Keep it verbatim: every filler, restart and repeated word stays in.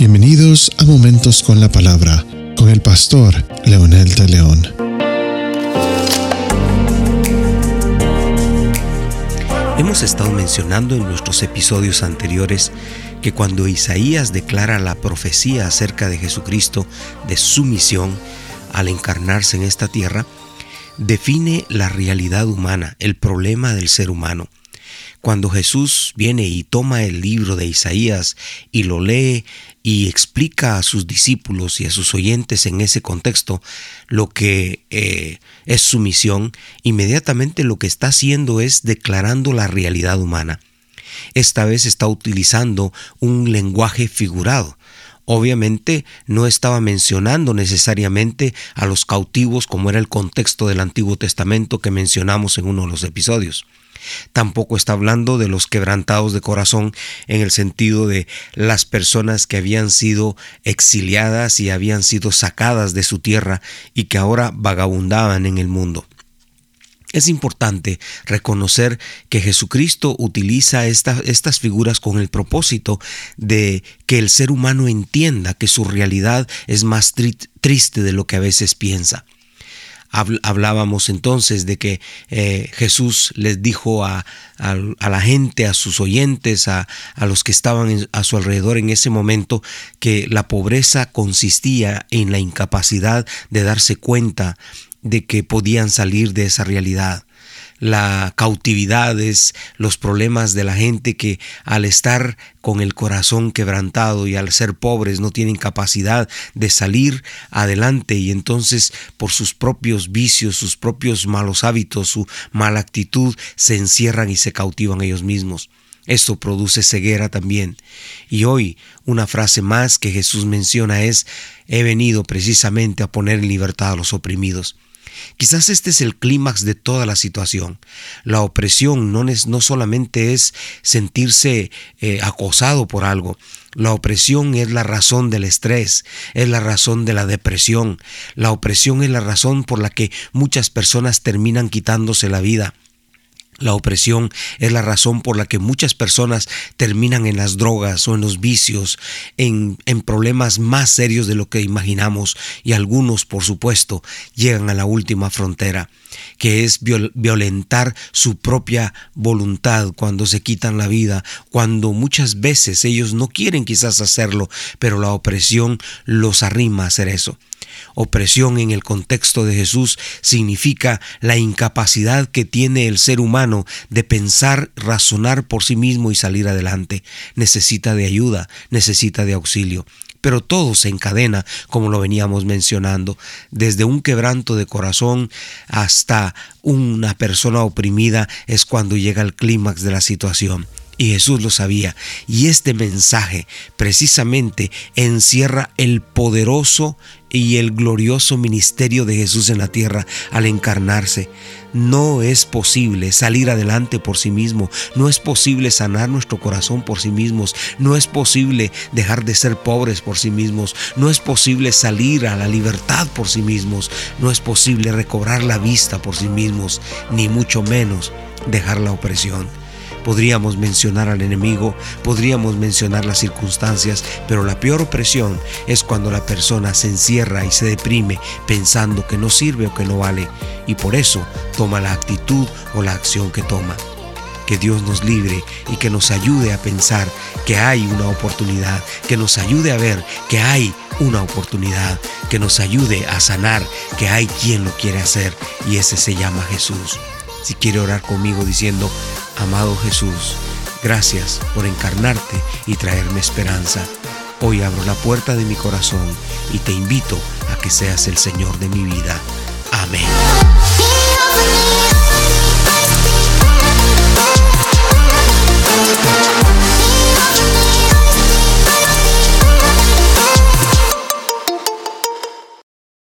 Bienvenidos a Momentos con la Palabra, con el pastor Leonel de León. Hemos estado mencionando en nuestros episodios anteriores que cuando Isaías declara la profecía acerca de Jesucristo, de su misión al encarnarse en esta tierra, define la realidad humana, el problema del ser humano. Cuando Jesús viene y toma el libro de Isaías y lo lee y explica a sus discípulos y a sus oyentes en ese contexto lo que eh, es su misión, inmediatamente lo que está haciendo es declarando la realidad humana. Esta vez está utilizando un lenguaje figurado. Obviamente no estaba mencionando necesariamente a los cautivos como era el contexto del Antiguo Testamento que mencionamos en uno de los episodios. Tampoco está hablando de los quebrantados de corazón en el sentido de las personas que habían sido exiliadas y habían sido sacadas de su tierra y que ahora vagabundaban en el mundo. Es importante reconocer que Jesucristo utiliza esta, estas figuras con el propósito de que el ser humano entienda que su realidad es más tri- triste de lo que a veces piensa. Hablábamos entonces de que eh, Jesús les dijo a, a, a la gente, a sus oyentes, a, a los que estaban en, a su alrededor en ese momento, que la pobreza consistía en la incapacidad de darse cuenta de que podían salir de esa realidad. La cautividad es los problemas de la gente que al estar con el corazón quebrantado y al ser pobres no tienen capacidad de salir adelante y entonces por sus propios vicios, sus propios malos hábitos, su mala actitud se encierran y se cautivan ellos mismos. Esto produce ceguera también. Y hoy una frase más que Jesús menciona es: he venido precisamente a poner en libertad a los oprimidos. Quizás este es el clímax de toda la situación. La opresión no, es, no solamente es sentirse eh, acosado por algo. La opresión es la razón del estrés, es la razón de la depresión. La opresión es la razón por la que muchas personas terminan quitándose la vida. La opresión es la razón por la que muchas personas terminan en las drogas o en los vicios, en, en problemas más serios de lo que imaginamos, y algunos, por supuesto, llegan a la última frontera, que es viol- violentar su propia voluntad cuando se quitan la vida, cuando muchas veces ellos no quieren quizás hacerlo, pero la opresión los arrima a hacer eso. Opresión en el contexto de Jesús significa la incapacidad que tiene el ser humano de pensar, razonar por sí mismo y salir adelante. Necesita de ayuda, necesita de auxilio. Pero todo se encadena, como lo veníamos mencionando, desde un quebranto de corazón hasta una persona oprimida es cuando llega el clímax de la situación. Y Jesús lo sabía, y este mensaje precisamente encierra el poderoso y el glorioso ministerio de Jesús en la tierra al encarnarse. No es posible salir adelante por sí mismo, no es posible sanar nuestro corazón por sí mismos, no es posible dejar de ser pobres por sí mismos, no es posible salir a la libertad por sí mismos, no es posible recobrar la vista por sí mismos, ni mucho menos dejar la opresión. Podríamos mencionar al enemigo, podríamos mencionar las circunstancias, pero la peor opresión es cuando la persona se encierra y se deprime pensando que no sirve o que no vale, y por eso toma la actitud o la acción que toma. Que Dios nos libre y que nos ayude a pensar que hay una oportunidad, que nos ayude a ver que hay una oportunidad, que nos ayude a sanar, que hay quien lo quiere hacer, y ese se llama Jesús. Si quiere orar conmigo diciendo: amado Jesús, gracias por encarnarte y traerme esperanza. Hoy abro la puerta de mi corazón y te invito a que seas el Señor de mi vida. Amén.